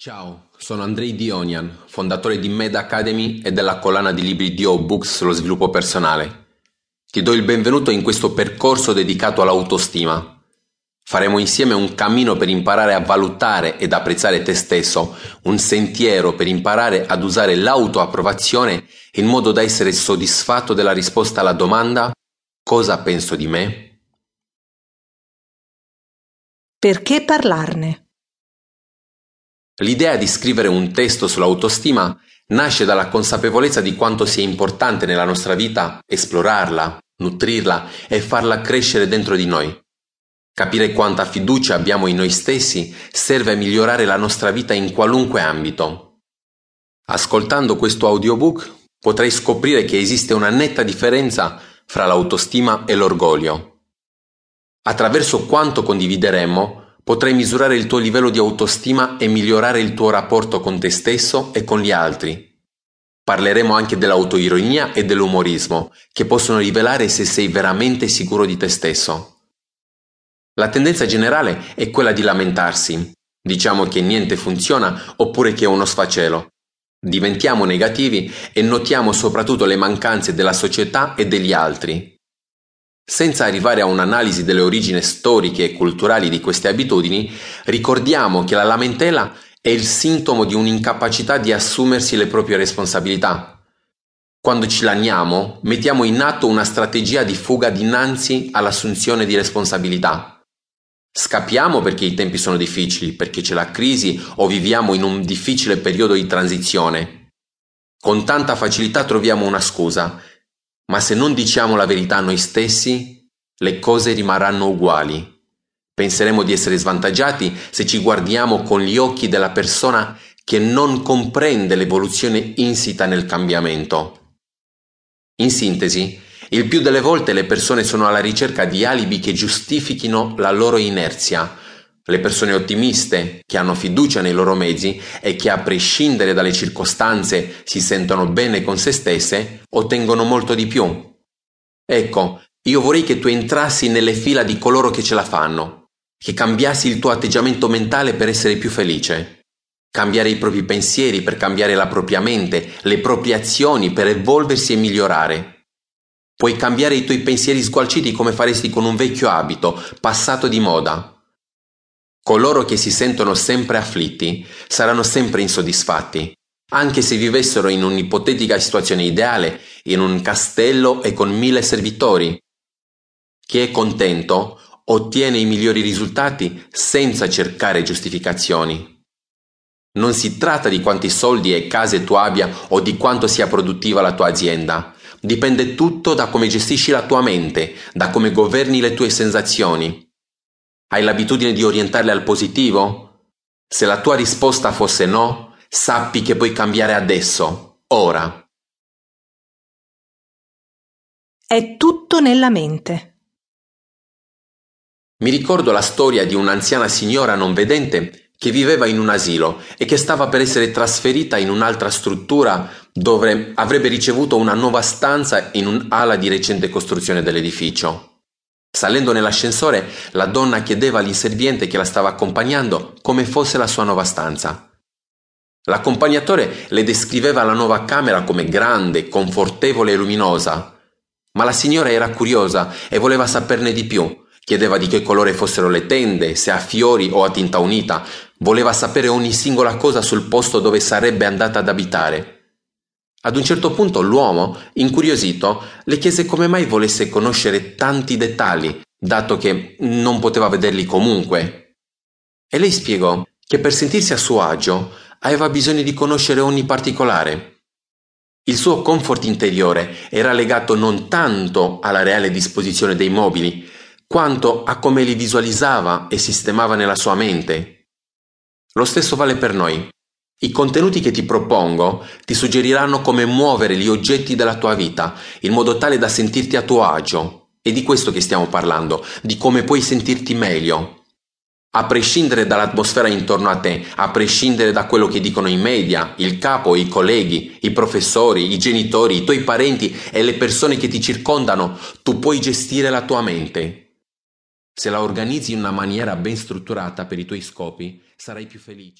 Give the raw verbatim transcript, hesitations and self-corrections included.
Ciao, sono Andrei Dionian, fondatore di Med Academy e della collana di libri di O-Books sullo sviluppo personale. Ti do il benvenuto in questo percorso dedicato all'autostima. Faremo insieme un cammino per imparare a valutare ed apprezzare te stesso, un sentiero per imparare ad usare l'autoapprovazione in modo da essere soddisfatto della risposta alla domanda «Cosa penso di me?». Perché parlarne? L'idea di scrivere un testo sull'autostima nasce dalla consapevolezza di quanto sia importante nella nostra vita esplorarla, nutrirla e farla crescere dentro di noi. Capire quanta fiducia abbiamo in noi stessi serve a migliorare la nostra vita in qualunque ambito. Ascoltando questo audiobook potrai scoprire che esiste una netta differenza fra l'autostima e l'orgoglio. Attraverso quanto condivideremo potrai misurare il tuo livello di autostima e migliorare il tuo rapporto con te stesso e con gli altri. Parleremo anche dell'autoironia e dell'umorismo, che possono rivelare se sei veramente sicuro di te stesso. La tendenza generale è quella di lamentarsi. Diciamo che niente funziona oppure che è uno sfacelo. Diventiamo negativi e notiamo soprattutto le mancanze della società e degli altri. Senza arrivare a un'analisi delle origini storiche e culturali di queste abitudini, ricordiamo che la lamentela è il sintomo di un'incapacità di assumersi le proprie responsabilità. Quando ci lagniamo, mettiamo in atto una strategia di fuga dinanzi all'assunzione di responsabilità. Scappiamo perché i tempi sono difficili, perché c'è la crisi o viviamo in un difficile periodo di transizione. Con tanta facilità troviamo una scusa. Ma se non diciamo la verità a noi stessi, le cose rimarranno uguali. Penseremo di essere svantaggiati se ci guardiamo con gli occhi della persona che non comprende l'evoluzione insita nel cambiamento. In sintesi, il più delle volte le persone sono alla ricerca di alibi che giustifichino la loro inerzia. Le persone ottimiste, che hanno fiducia nei loro mezzi e che a prescindere dalle circostanze si sentono bene con se stesse, ottengono molto di più. Ecco, io vorrei che tu entrassi nelle fila di coloro che ce la fanno, che cambiassi il tuo atteggiamento mentale per essere più felice, cambiare i propri pensieri per cambiare la propria mente, le proprie azioni per evolversi e migliorare. Puoi cambiare i tuoi pensieri sgualciti come faresti con un vecchio abito, passato di moda. Coloro che si sentono sempre afflitti saranno sempre insoddisfatti, anche se vivessero in un'ipotetica situazione ideale, in un castello e con mille servitori. Chi è contento ottiene i migliori risultati senza cercare giustificazioni. Non si tratta di quanti soldi e case tu abbia o di quanto sia produttiva la tua azienda. Dipende tutto da come gestisci la tua mente, da come governi le tue sensazioni. Hai l'abitudine di orientarle al positivo? Se la tua risposta fosse no, sappi che puoi cambiare adesso, ora. È tutto nella mente. Mi ricordo la storia di un'anziana signora non vedente che viveva in un asilo e che stava per essere trasferita in un'altra struttura dove avrebbe ricevuto una nuova stanza in un'ala di recente costruzione dell'edificio. Salendo nell'ascensore, la donna chiedeva all'inserviente che la stava accompagnando come fosse la sua nuova stanza. L'accompagnatore le descriveva la nuova camera come grande, confortevole e luminosa, ma la signora era curiosa e voleva saperne di più. Chiedeva di che colore fossero le tende, se a fiori o a tinta unita. Voleva sapere ogni singola cosa sul posto dove sarebbe andata ad abitare. Ad un certo punto l'uomo, incuriosito, le chiese come mai volesse conoscere tanti dettagli, dato che non poteva vederli comunque. E lei spiegò che per sentirsi a suo agio aveva bisogno di conoscere ogni particolare. Il suo comfort interiore era legato non tanto alla reale disposizione dei mobili, quanto a come li visualizzava e sistemava nella sua mente. Lo stesso vale per noi. I contenuti che ti propongo ti suggeriranno come muovere gli oggetti della tua vita, in modo tale da sentirti a tuo agio. È di questo che stiamo parlando, di come puoi sentirti meglio. A prescindere dall'atmosfera intorno a te, a prescindere da quello che dicono i media, il capo, i colleghi, i professori, i genitori, i tuoi parenti e le persone che ti circondano, tu puoi gestire la tua mente. Se la organizzi in una maniera ben strutturata per i tuoi scopi, sarai più felice.